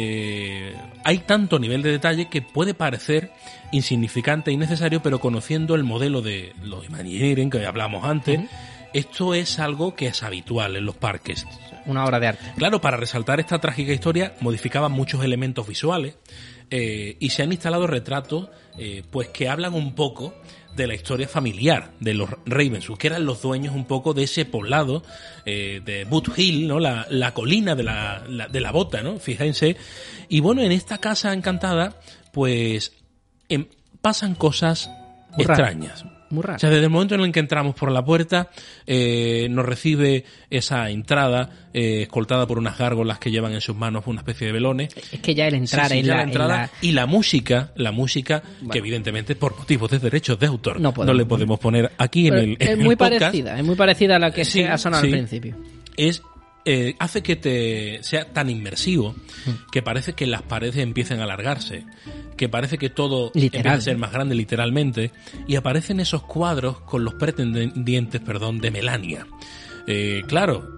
[SPEAKER 2] eh, hay tanto nivel de detalle que puede parecer insignificante e innecesario, pero conociendo el modelo de los Imagineering que hablamos antes, uh-huh. esto es algo que es habitual en los parques.
[SPEAKER 3] Una obra de arte.
[SPEAKER 2] Claro, para resaltar esta trágica historia modificaban muchos elementos visuales eh, y se han instalado retratos eh, pues que hablan un poco de la historia familiar de los Ravenswood, que eran los dueños un poco de ese poblado eh, de Boot Hill, ¿no? La, la colina de la, la, de la bota, ¿no? Fíjense. Y bueno, en esta casa encantada, pues em, pasan cosas
[SPEAKER 3] Muy
[SPEAKER 2] extrañas.
[SPEAKER 3] Raro. Muy raro.
[SPEAKER 2] O sea, desde el momento en el que entramos por la puerta, eh, nos recibe esa entrada eh, escoltada por unas gárgolas que llevan en sus manos una especie de velones.
[SPEAKER 3] Es que ya el entrar
[SPEAKER 2] sí, sí,
[SPEAKER 3] en,
[SPEAKER 2] ya
[SPEAKER 3] la,
[SPEAKER 2] la entrada
[SPEAKER 3] en la...
[SPEAKER 2] y la música, la música bueno. que evidentemente por motivos de derechos de autor no, no le podemos poner aquí
[SPEAKER 3] Pero
[SPEAKER 2] en el, en
[SPEAKER 3] es muy
[SPEAKER 2] el podcast.
[SPEAKER 3] parecida, es muy parecida a la que
[SPEAKER 2] sí,
[SPEAKER 3] se ha sonado
[SPEAKER 2] sí.
[SPEAKER 3] al principio.
[SPEAKER 2] Es Eh, hace que te sea tan inmersivo que parece que las paredes empiecen a alargarse, que parece que todo
[SPEAKER 3] Literal.
[SPEAKER 2] empieza a ser más grande literalmente, y aparecen esos cuadros con los pretendientes, perdón, de Melania. Eh, claro,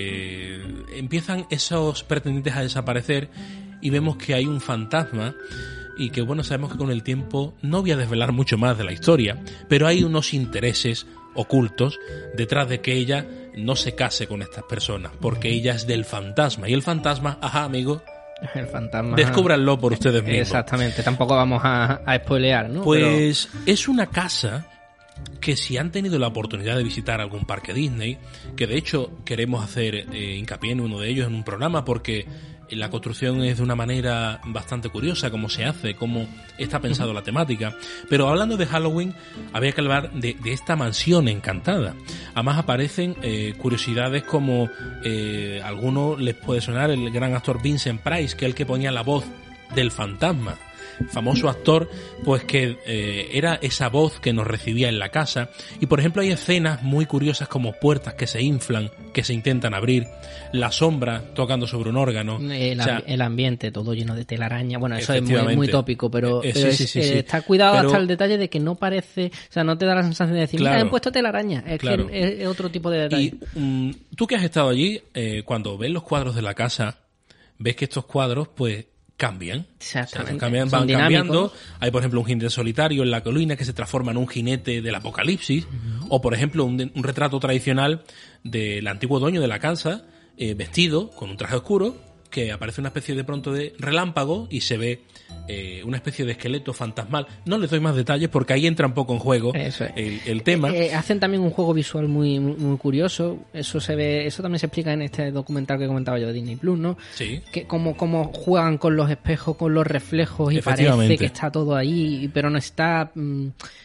[SPEAKER 2] eh, empiezan esos pretendientes a desaparecer y vemos que hay un fantasma y que, bueno, sabemos que con el tiempo, no voy a desvelar mucho más de la historia, pero hay unos intereses ocultos detrás de que ella no se case con estas personas, porque ella es del fantasma, y el fantasma, ajá, amigo,
[SPEAKER 3] el fantasma,
[SPEAKER 2] descúbranlo por ustedes mismos.
[SPEAKER 3] Exactamente, tampoco vamos a, a spoilear, ¿no?
[SPEAKER 2] Pues Pero... es una casa que si han tenido la oportunidad de visitar algún parque Disney, que de hecho queremos hacer eh, hincapié en uno de ellos en un programa, porque la construcción es de una manera bastante curiosa, cómo se hace, cómo está pensado la temática. Pero hablando de Halloween, había que hablar de, de esta mansión encantada. Además aparecen eh, curiosidades como eh, a algunos les puede sonar el gran actor Vincent Price, que es el que ponía la voz del fantasma. famoso actor, pues que eh, era esa voz que nos recibía en la casa. Y por ejemplo hay escenas muy curiosas como puertas que se inflan, que se intentan abrir, la sombra tocando sobre un órgano.
[SPEAKER 3] El,
[SPEAKER 2] o sea,
[SPEAKER 3] el ambiente todo lleno de telaraña, bueno, eso es muy, muy tópico, pero, eh, pero sí, sí, es, sí, sí. está cuidado pero, hasta el detalle de que no parece, o sea, no te da la sensación de decir, claro, mira, han puesto telaraña, es claro. que es, es otro tipo de detalle.
[SPEAKER 2] Y um, tú que has estado allí, eh, cuando ves los cuadros de la casa, ves que estos cuadros, pues, cambian.
[SPEAKER 3] Exactamente.
[SPEAKER 2] O sea, cambian, van cambiando. Hay, por ejemplo, un jinete solitario en la colina que se transforma en un jinete del apocalipsis. Uh-huh. O, por ejemplo, un, un retrato tradicional del antiguo dueño de la casa, eh, vestido con un traje oscuro, que aparece una especie de pronto de relámpago y se ve eh, una especie de esqueleto fantasmal. No les doy más detalles porque ahí entra un poco en juego
[SPEAKER 3] eso es.
[SPEAKER 2] el, el tema.
[SPEAKER 3] Eh, eh, hacen también un juego visual muy, muy muy curioso. Eso se ve, eso también se explica en este documental que comentaba yo de Disney Plus, ¿no?
[SPEAKER 2] Sí.
[SPEAKER 3] Que como, como juegan con los espejos, con los reflejos y parece que está todo ahí, pero no está mm,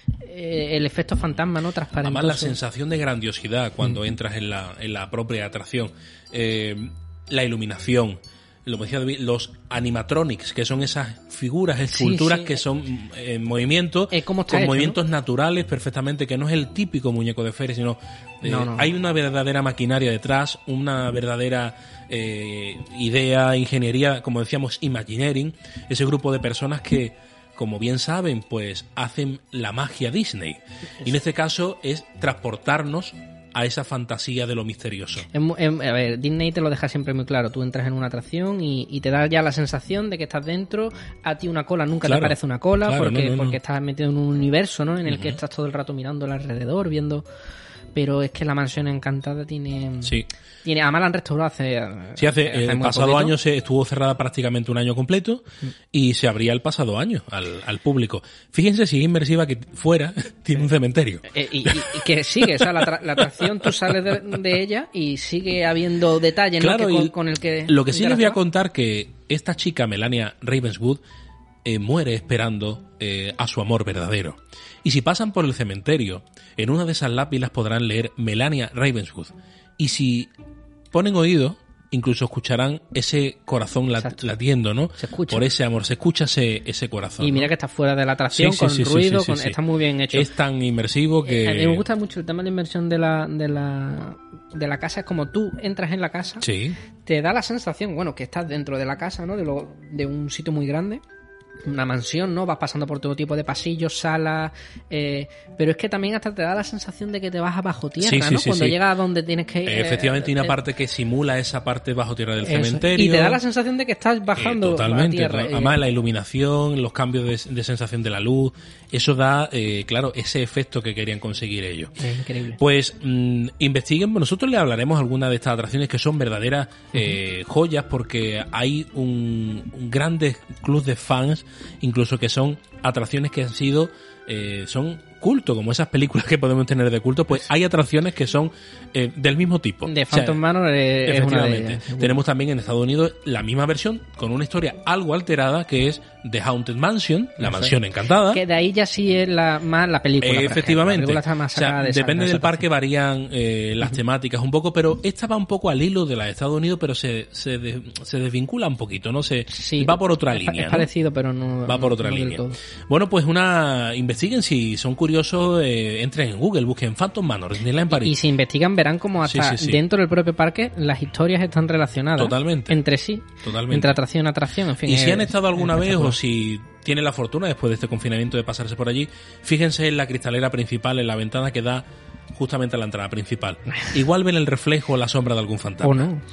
[SPEAKER 3] eh, el efecto fantasma, ¿no? Transparente.
[SPEAKER 2] Además la sensación de grandiosidad cuando mm. entras en la, en la propia atracción. Eh, la iluminación. Lo decía David, los animatronics, que son esas figuras, esculturas sí, sí. que son en eh, movimiento,
[SPEAKER 3] eh, con
[SPEAKER 2] hecho, movimientos
[SPEAKER 3] ¿no?
[SPEAKER 2] naturales perfectamente, que no es el típico muñeco de feria, sino eh,
[SPEAKER 3] no, no,
[SPEAKER 2] hay
[SPEAKER 3] no.
[SPEAKER 2] una verdadera maquinaria detrás, una verdadera eh, idea, ingeniería, como decíamos, Imagineering, ese grupo de personas que, como bien saben, pues hacen la magia Disney. Y en este caso es transportarnos a esa fantasía de lo misterioso.
[SPEAKER 3] En, en, a ver, Disney te lo deja siempre muy claro. Tú entras en una atracción y, y te da ya la sensación de que estás dentro. A ti una cola nunca
[SPEAKER 2] claro,
[SPEAKER 3] te parece una cola,
[SPEAKER 2] claro,
[SPEAKER 3] porque,
[SPEAKER 2] no, no, no.
[SPEAKER 3] porque estás metido en un universo, ¿no? En el uh-huh. que estás todo el rato mirando alrededor, viendo... Pero es que la Mansión Encantada tiene...
[SPEAKER 2] Sí.
[SPEAKER 3] tiene además la han restaurado hace...
[SPEAKER 2] Sí, hace, hace el pasado poquito. año se estuvo cerrada prácticamente un año completo mm. y se abría el pasado año al, al público. Fíjense si es inmersiva que fuera tiene un cementerio.
[SPEAKER 3] Eh, y, y, y que sigue, o sea, la, la atracción tú sales de, de ella y sigue habiendo detalles,
[SPEAKER 2] claro,
[SPEAKER 3] ¿no? que con, con el que...
[SPEAKER 2] Lo que sí les voy a contar que esta chica, Melania Ravenswood, eh, muere esperando eh, a su amor verdadero. Y si pasan por el cementerio, en una de esas lápidas podrán leer Melania Ravenswood. Y si ponen oído, incluso escucharán ese corazón lat- latiendo, ¿no?
[SPEAKER 3] Se escucha.
[SPEAKER 2] Por ese amor, se escucha ese, ese corazón.
[SPEAKER 3] Y mira
[SPEAKER 2] ¿no?
[SPEAKER 3] que está fuera de la atracción,
[SPEAKER 2] sí, sí,
[SPEAKER 3] con
[SPEAKER 2] sí,
[SPEAKER 3] ruido,
[SPEAKER 2] sí, sí,
[SPEAKER 3] con...
[SPEAKER 2] sí.
[SPEAKER 3] está muy bien hecho.
[SPEAKER 2] Es tan inmersivo que...
[SPEAKER 3] Eh, a mí me gusta mucho el tema de la inmersión de la, de la, de la casa. Es como tú entras en la casa,
[SPEAKER 2] sí.
[SPEAKER 3] te da la sensación, bueno, que estás dentro de la casa, ¿no? De, lo, de un sitio muy grande. Una mansión, ¿no? Vas pasando por todo tipo de pasillos, salas, eh, pero es que también hasta te da la sensación de que te vas a bajo tierra,
[SPEAKER 2] sí, sí,
[SPEAKER 3] ¿no?
[SPEAKER 2] Sí,
[SPEAKER 3] Cuando
[SPEAKER 2] sí.
[SPEAKER 3] llegas a donde tienes que ir.
[SPEAKER 2] Eh, efectivamente, hay una
[SPEAKER 3] eh,
[SPEAKER 2] parte que simula esa parte bajo tierra del
[SPEAKER 3] eso.
[SPEAKER 2] cementerio.
[SPEAKER 3] Y te da la sensación de que estás bajando
[SPEAKER 2] eh, totalmente,
[SPEAKER 3] a tierra.
[SPEAKER 2] To- además, la iluminación, los cambios de, de sensación de la luz, eso da, eh, claro, ese efecto que querían conseguir ellos.
[SPEAKER 3] Es increíble.
[SPEAKER 2] Pues mmm, investiguen, nosotros les hablaremos algunas de estas atracciones que son verdaderas eh, uh-huh. joyas, porque hay un, un grande club de fans, incluso que son atracciones que han sido eh, son culto, como esas películas que podemos tener de culto, pues hay atracciones que son eh, del mismo tipo.
[SPEAKER 3] De Phantom Manor es una de ellas.
[SPEAKER 2] Tenemos también en Estados Unidos la misma versión con una historia algo alterada que es The Haunted Mansion, la
[SPEAKER 3] Eso
[SPEAKER 2] mansión
[SPEAKER 3] es.
[SPEAKER 2] encantada.
[SPEAKER 3] Que de ahí ya sí es la más la película.
[SPEAKER 2] Eh, efectivamente.
[SPEAKER 3] La película está más
[SPEAKER 2] o sea,
[SPEAKER 3] de esa,
[SPEAKER 2] depende
[SPEAKER 3] de
[SPEAKER 2] del
[SPEAKER 3] esa
[SPEAKER 2] parque,
[SPEAKER 3] atracción.
[SPEAKER 2] varían eh, las uh-huh. temáticas un poco, pero esta va un poco al hilo de la de Estados Unidos, pero se se, de, se desvincula un poquito, no se
[SPEAKER 3] sí,
[SPEAKER 2] va por otra
[SPEAKER 3] es,
[SPEAKER 2] línea.
[SPEAKER 3] Es
[SPEAKER 2] ¿no?
[SPEAKER 3] parecido, pero no
[SPEAKER 2] va por otra
[SPEAKER 3] no
[SPEAKER 2] línea. Bueno, pues una investiguen si son curiosos, eh, entren en Google, busquen Phantom Manor, Disneyland París.
[SPEAKER 3] Y, y si investigan verán como hasta
[SPEAKER 2] sí, sí, sí.
[SPEAKER 3] dentro del propio parque las historias están relacionadas.
[SPEAKER 2] Totalmente.
[SPEAKER 3] Entre sí.
[SPEAKER 2] Totalmente.
[SPEAKER 3] Entre atracción a atracción, en fin.
[SPEAKER 2] Y
[SPEAKER 3] es,
[SPEAKER 2] si han estado alguna vez o si tienen la fortuna después de este confinamiento de pasarse por allí, fíjense en la cristalera principal, en la ventana que da justamente a la entrada principal. Igual ven el reflejo o la sombra de algún fantasma.
[SPEAKER 3] O no.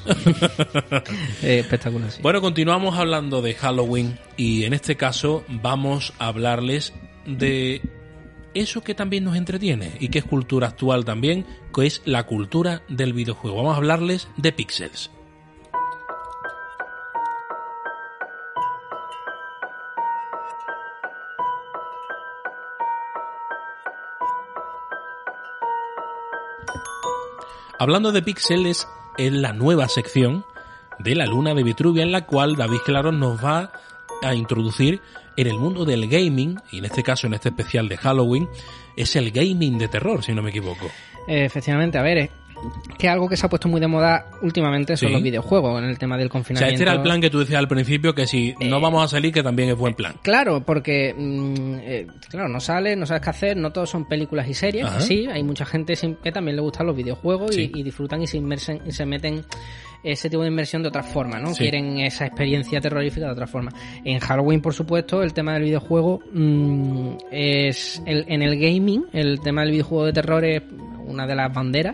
[SPEAKER 3] eh, espectacular, sí.
[SPEAKER 2] Bueno, continuamos hablando de Halloween y en este caso vamos a hablarles de eso que también nos entretiene y que es cultura actual también, que es la cultura del videojuego. Vamos a hablarles de Pixels. Hablando de Pixels, es la nueva sección de la Luna de Vitruvia en la cual David Claro nos va a introducir en el mundo del gaming, y en este caso, en este especial de Halloween, es el gaming de terror, si no me equivoco.
[SPEAKER 3] Eh, efectivamente, a ver, que algo que se ha puesto muy de moda últimamente son
[SPEAKER 2] Sí.
[SPEAKER 3] los videojuegos en el tema del
[SPEAKER 2] O sea,
[SPEAKER 3] confinamiento.
[SPEAKER 2] este era el plan que tú decías al principio, que si no
[SPEAKER 3] Eh,
[SPEAKER 2] vamos a salir, que también es buen plan.
[SPEAKER 3] Claro, porque mm, eh, claro, no sales, no sabes qué hacer, no todos son películas y series.
[SPEAKER 2] Ajá.
[SPEAKER 3] Sí, hay mucha gente sin- que también le gustan los videojuegos
[SPEAKER 2] Sí.
[SPEAKER 3] y, y disfrutan y se inmersen y se meten ese tipo de inmersión de otra forma, ¿no?
[SPEAKER 2] Sí.
[SPEAKER 3] Quieren esa experiencia terrorífica de otra forma. En Halloween, por supuesto, el tema del videojuego mm, es el, en el gaming, el tema del videojuego de terror es una de las banderas.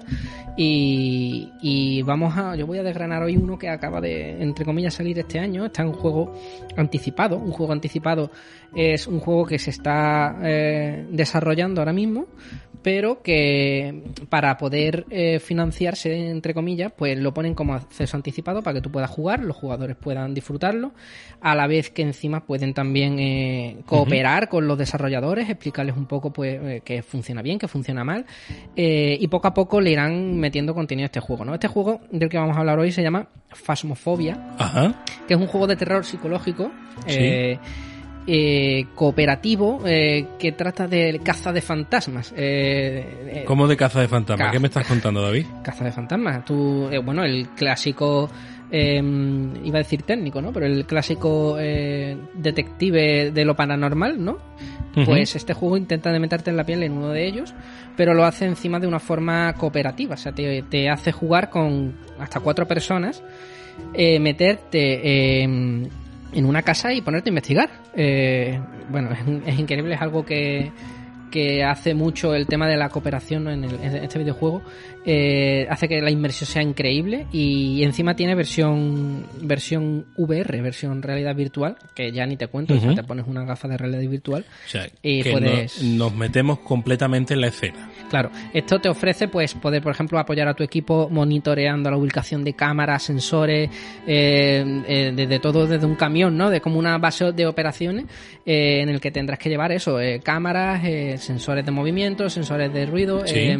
[SPEAKER 3] Y, y vamos a, yo voy a desgranar hoy uno que acaba de, entre comillas, salir este año. Está en un juego anticipado. Un juego anticipado es un juego que se está eh, desarrollando ahora mismo, pero que para poder eh, financiarse, entre comillas, pues lo ponen como acceso anticipado para que tú puedas jugar, los jugadores puedan disfrutarlo, a la vez que encima pueden también eh, cooperar uh-huh. con los desarrolladores, explicarles un poco pues eh, que funciona bien, que funciona mal, eh, y poco a poco le irán metiendo contenido a este juego, ¿no? Este juego del que vamos a hablar hoy se llama Phasmophobia,
[SPEAKER 2] Ajá.
[SPEAKER 3] que es un juego de terror psicológico,
[SPEAKER 2] sí.
[SPEAKER 3] eh, Eh, cooperativo eh, que trata de caza de fantasmas. Eh,
[SPEAKER 2] ¿Cómo de caza de fantasmas?
[SPEAKER 3] Caza.
[SPEAKER 2] ¿Qué me estás contando, David?
[SPEAKER 3] Caza de fantasmas. Tú, eh, bueno, el clásico, eh, iba a decir técnico, ¿no? Pero el clásico eh, detective de lo paranormal, ¿no? Uh-huh. Pues este juego intenta de meterte en la piel en uno de ellos, pero lo hace encima de una forma cooperativa. O sea, te, te hace jugar con hasta cuatro personas, eh, meterte... Eh, en una casa y ponerte a investigar. Eh, bueno, es, es increíble, es algo que, que hace mucho el tema de la cooperación, ¿no? en, el, en este videojuego. Eh, hace que la inmersión sea increíble y encima tiene versión versión V R, versión realidad virtual, que ya ni te cuento, uh-huh. o sea, te pones una gafa de realidad virtual
[SPEAKER 2] o sea,
[SPEAKER 3] y
[SPEAKER 2] que
[SPEAKER 3] puedes...
[SPEAKER 2] no, nos metemos completamente en la escena.
[SPEAKER 3] Claro, esto te ofrece pues poder, por ejemplo, apoyar a tu equipo monitoreando la ubicación de cámaras, sensores, eh, eh, desde todo desde un camión, ¿no? De como una base de operaciones eh, en el que tendrás que llevar eso, eh, cámaras, eh, sensores de movimiento, sensores de ruido,
[SPEAKER 2] sí.
[SPEAKER 3] eh,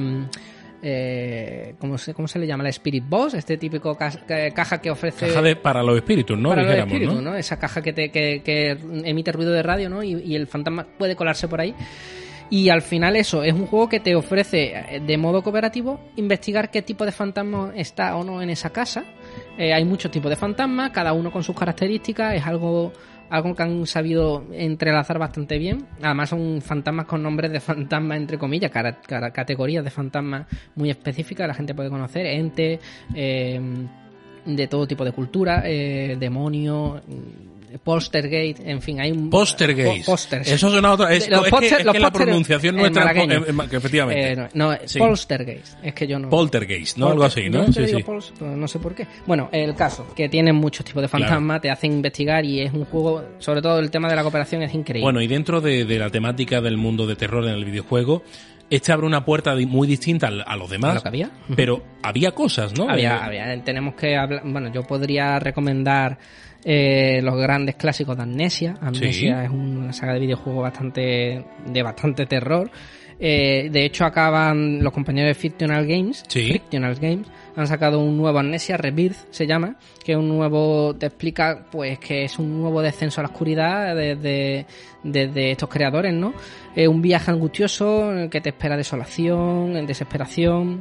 [SPEAKER 3] eh, ¿cómo se, cómo se le llama? La Spirit Box, este típico ca- caja que ofrece...
[SPEAKER 2] Caja de, para los espíritus, ¿no?
[SPEAKER 3] Para
[SPEAKER 2] Dijéramos,
[SPEAKER 3] los espíritus,
[SPEAKER 2] ¿no?
[SPEAKER 3] ¿no? Esa caja que, te, que, que emite ruido de radio, ¿no? Y, y el fantasma puede colarse por ahí. Y al final eso, es un juego que te ofrece de modo cooperativo investigar qué tipo de fantasma está o no en esa casa. Eh, hay muchos tipos de fantasmas, cada uno con sus características, es algo... algo que han sabido entrelazar bastante bien. Además son fantasmas con nombres de fantasmas, entre comillas, cara, cara, categorías de fantasmas muy específicas, la gente puede conocer, entes, eh, de todo tipo de cultura, eh, demonios, Poltergeist, en fin, hay un...
[SPEAKER 2] Poltergeist.
[SPEAKER 3] Po- posters.
[SPEAKER 2] Eso suena otra... Es,
[SPEAKER 3] Los
[SPEAKER 2] es
[SPEAKER 3] poster-
[SPEAKER 2] que, es
[SPEAKER 3] los
[SPEAKER 2] que la
[SPEAKER 3] poster-
[SPEAKER 2] pronunciación
[SPEAKER 3] en
[SPEAKER 2] nuestra...
[SPEAKER 3] malagueño.
[SPEAKER 2] eh, eh, que efectivamente.
[SPEAKER 3] Eh, no, no
[SPEAKER 2] Sí.
[SPEAKER 3] Poltergeist. Es que yo no...
[SPEAKER 2] Poltergeist, ¿no?
[SPEAKER 3] Polter-
[SPEAKER 2] Algo así, ¿no?
[SPEAKER 3] Yo
[SPEAKER 2] Sí,
[SPEAKER 3] digo
[SPEAKER 2] sí.
[SPEAKER 3] Pols, pero no sé por qué. Bueno, el caso, que tienen muchos tipos de fantasmas, claro. Te hacen investigar y es un juego, sobre todo el tema de la cooperación es increíble.
[SPEAKER 2] Bueno, y dentro de, de la temática del mundo de terror en el videojuego, este abre una puerta muy distinta a los demás.
[SPEAKER 3] ¿A lo que había?
[SPEAKER 2] Pero había cosas, ¿no?
[SPEAKER 3] Había,
[SPEAKER 2] Eh,
[SPEAKER 3] había. Tenemos que hablar... Bueno, yo podría recomendar eh, los grandes clásicos de Amnesia. Amnesia
[SPEAKER 2] sí.
[SPEAKER 3] es una saga de videojuegos bastante de bastante terror. Eh, de hecho, acaban los compañeros de Fictional Games,
[SPEAKER 2] sí.
[SPEAKER 3] Fictional Games, han sacado un nuevo Amnesia, Rebirth se llama, que es un nuevo, te explica pues que es un nuevo descenso a la oscuridad desde, desde estos creadores, ¿no? Es un viaje angustioso que te espera desolación, desesperación,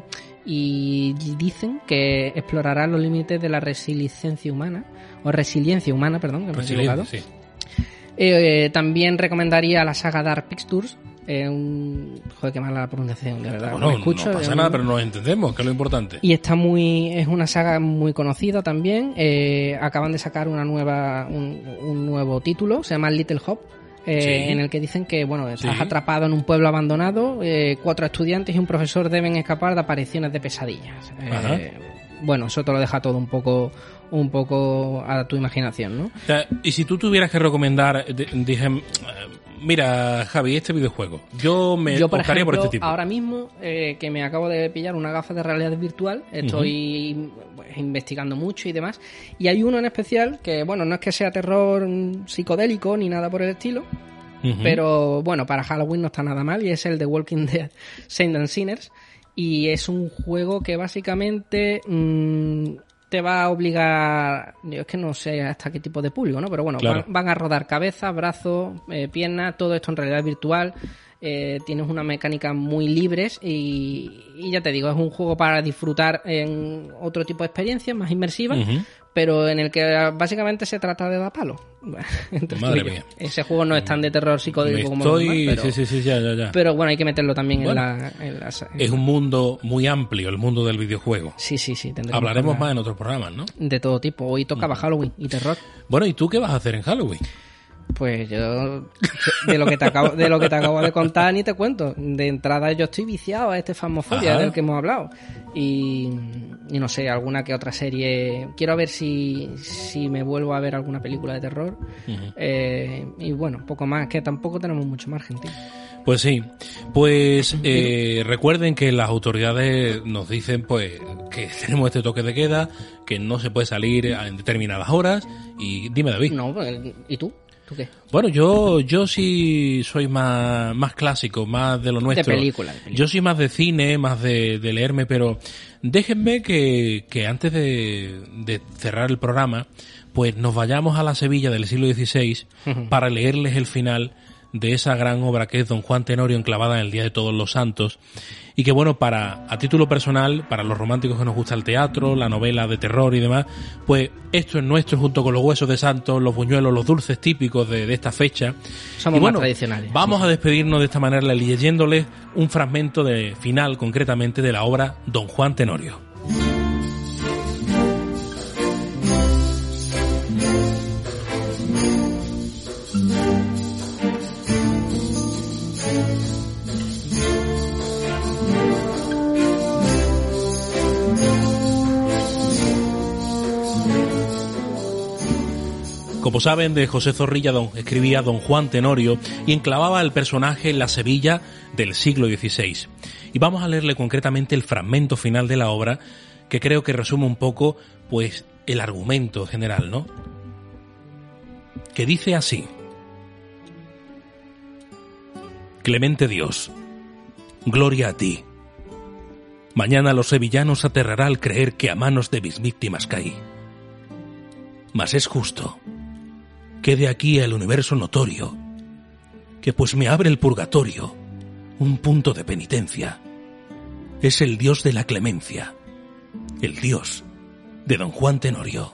[SPEAKER 3] y dicen que explorará los límites de la resiliencia humana, o resiliencia humana, perdón, que me he equivocado.
[SPEAKER 2] Sí.
[SPEAKER 3] Eh, eh, también recomendaría la saga Dark Pictures. Eh, un... Joder, qué mala la pronunciación, de verdad.
[SPEAKER 2] Bueno,
[SPEAKER 3] no, escucho,
[SPEAKER 2] no pasa
[SPEAKER 3] eh,
[SPEAKER 2] nada, pero nos entendemos, que es lo importante.
[SPEAKER 3] Y está muy... Es una saga muy conocida también. Eh, acaban de sacar una nueva un, un nuevo título, se llama Little Hope. Eh,
[SPEAKER 2] sí.
[SPEAKER 3] En el que dicen que, bueno, estás
[SPEAKER 2] sí.
[SPEAKER 3] atrapado en un pueblo abandonado, eh, cuatro estudiantes y un profesor deben escapar de apariciones de pesadillas. Eh, bueno, eso te lo deja todo un poco un poco a tu imaginación, ¿no?
[SPEAKER 2] O sea, y si tú tuvieras que recomendar, dije, mira, Javi, este videojuego, yo me
[SPEAKER 3] yo, por
[SPEAKER 2] optaría
[SPEAKER 3] ejemplo,
[SPEAKER 2] por este tipo.
[SPEAKER 3] Ahora mismo, eh, que me acabo de pillar una gafa de realidad virtual, estoy uh-huh. pues, investigando mucho y demás, y hay uno en especial que, bueno, no es que sea terror psicodélico ni nada por el estilo, uh-huh. pero bueno, para Halloween no está nada mal, y es el de Walking Dead Saints and Sinners, y es un juego que básicamente... Mmm, te va a obligar, yo es que no sé hasta qué tipo de público, ¿no? Pero bueno,
[SPEAKER 2] claro.
[SPEAKER 3] van, van a rodar cabezas, brazos, eh, piernas, todo esto en realidad virtual. eh, tienes unas mecánicas muy libres y, y ya te digo, es un juego para disfrutar en otro tipo de experiencias más inmersivas, uh-huh. pero en el que básicamente se trata de dar palo.
[SPEAKER 2] Madre mía.
[SPEAKER 3] Ese juego no es tan de terror psicodélico como
[SPEAKER 2] estoy...
[SPEAKER 3] los demás, pero,
[SPEAKER 2] sí, sí, sí, ya, ya, ya.
[SPEAKER 3] pero bueno, hay que meterlo también bueno, en, la, en la... En
[SPEAKER 2] es un mundo muy amplio, el mundo del videojuego.
[SPEAKER 3] Sí, sí, sí.
[SPEAKER 2] Hablaremos más en otros programas, ¿no?
[SPEAKER 3] De todo tipo. Hoy tocaba uh-huh. Halloween y terror.
[SPEAKER 2] Bueno, ¿y tú qué vas a hacer en Halloween?
[SPEAKER 3] Pues yo, de lo que te acabo de lo que te acabo de contar ni te cuento. De entrada yo estoy viciado a este Phasmophobia Ajá. del que hemos hablado. Y, y no sé, alguna que otra serie. Quiero ver si, si me vuelvo a ver alguna película de terror. Uh-huh. Eh, y bueno, poco más, que tampoco tenemos mucho margen, tío.
[SPEAKER 2] Pues sí, pues eh, recuerden que las autoridades nos dicen pues que tenemos este toque de queda, que no se puede salir en determinadas horas. Y dime, David.
[SPEAKER 3] No, ¿y tú? ¿Tú qué?
[SPEAKER 2] Bueno, yo yo sí soy más, más clásico, más de lo nuestro.
[SPEAKER 3] De película, de película.
[SPEAKER 2] Yo soy más de cine, más de, de leerme, pero déjenme que, que antes de, de cerrar el programa, pues nos vayamos a la Sevilla del siglo dieciséis uh-huh. para leerles el final de esa gran obra que es Don Juan Tenorio, enclavada en el Día de Todos los Santos, y que bueno, para a título personal, para los románticos que nos gusta el teatro, la novela de terror y demás, pues esto es nuestro, junto con los huesos de santos, los buñuelos, los dulces típicos de, de esta fecha.
[SPEAKER 3] Somos
[SPEAKER 2] y bueno,
[SPEAKER 3] más tradicionales.
[SPEAKER 2] Vamos
[SPEAKER 3] sí.
[SPEAKER 2] a despedirnos de esta manera leyéndoles un fragmento de final, concretamente, de la obra Don Juan Tenorio. Como saben, de José Zorrilla don, escribía Don Juan Tenorio y enclavaba el personaje en la Sevilla del siglo dieciséis. Y vamos a leerle concretamente el fragmento final de la obra, que creo que resume un poco, pues, el argumento general, ¿no? Que dice así: Clemente Dios, gloria a ti. Mañana los sevillanos aterrará al creer que a manos de mis víctimas caí. Mas es justo quede aquí el universo notorio, que pues me abre el purgatorio un punto de penitencia. Es el Dios de la clemencia, el Dios de Don Juan Tenorio.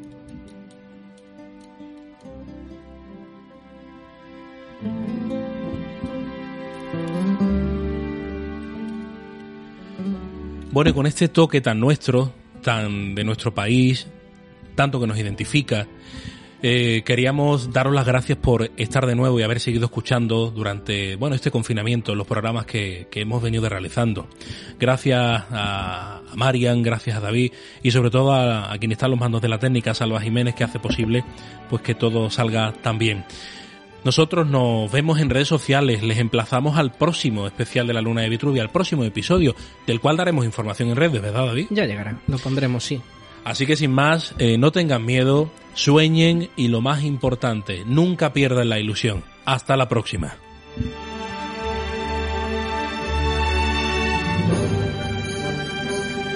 [SPEAKER 2] Bueno, y con este toque tan nuestro, tan de nuestro país, tanto que nos identifica, Eh, queríamos daros las gracias por estar de nuevo y haber seguido escuchando durante, bueno, este confinamiento, los programas que, que hemos venido realizando. Gracias a, a Marian, gracias a David y sobre todo a, a quien está a los mandos de la técnica, Salva Jiménez, que hace posible pues que todo salga tan bien. Nosotros nos vemos en redes sociales, les emplazamos al próximo especial de la Luna de Vitruvia, al próximo episodio, del cual daremos información en redes, ¿verdad, David?
[SPEAKER 3] Ya llegará, lo pondremos, sí.
[SPEAKER 2] Así que sin más, eh, no tengan miedo, sueñen y lo más importante, nunca pierdan la ilusión. Hasta la próxima.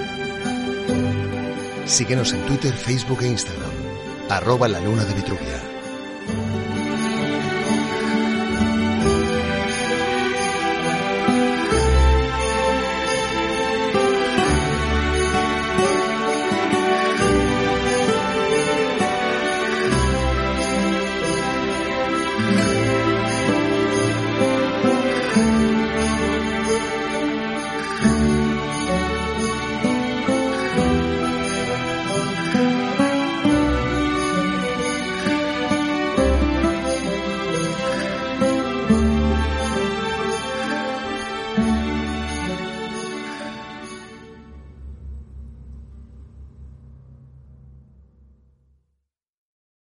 [SPEAKER 1] Síguenos en Twitter, Facebook e Instagram. Arroba la Luna de Vitruvia.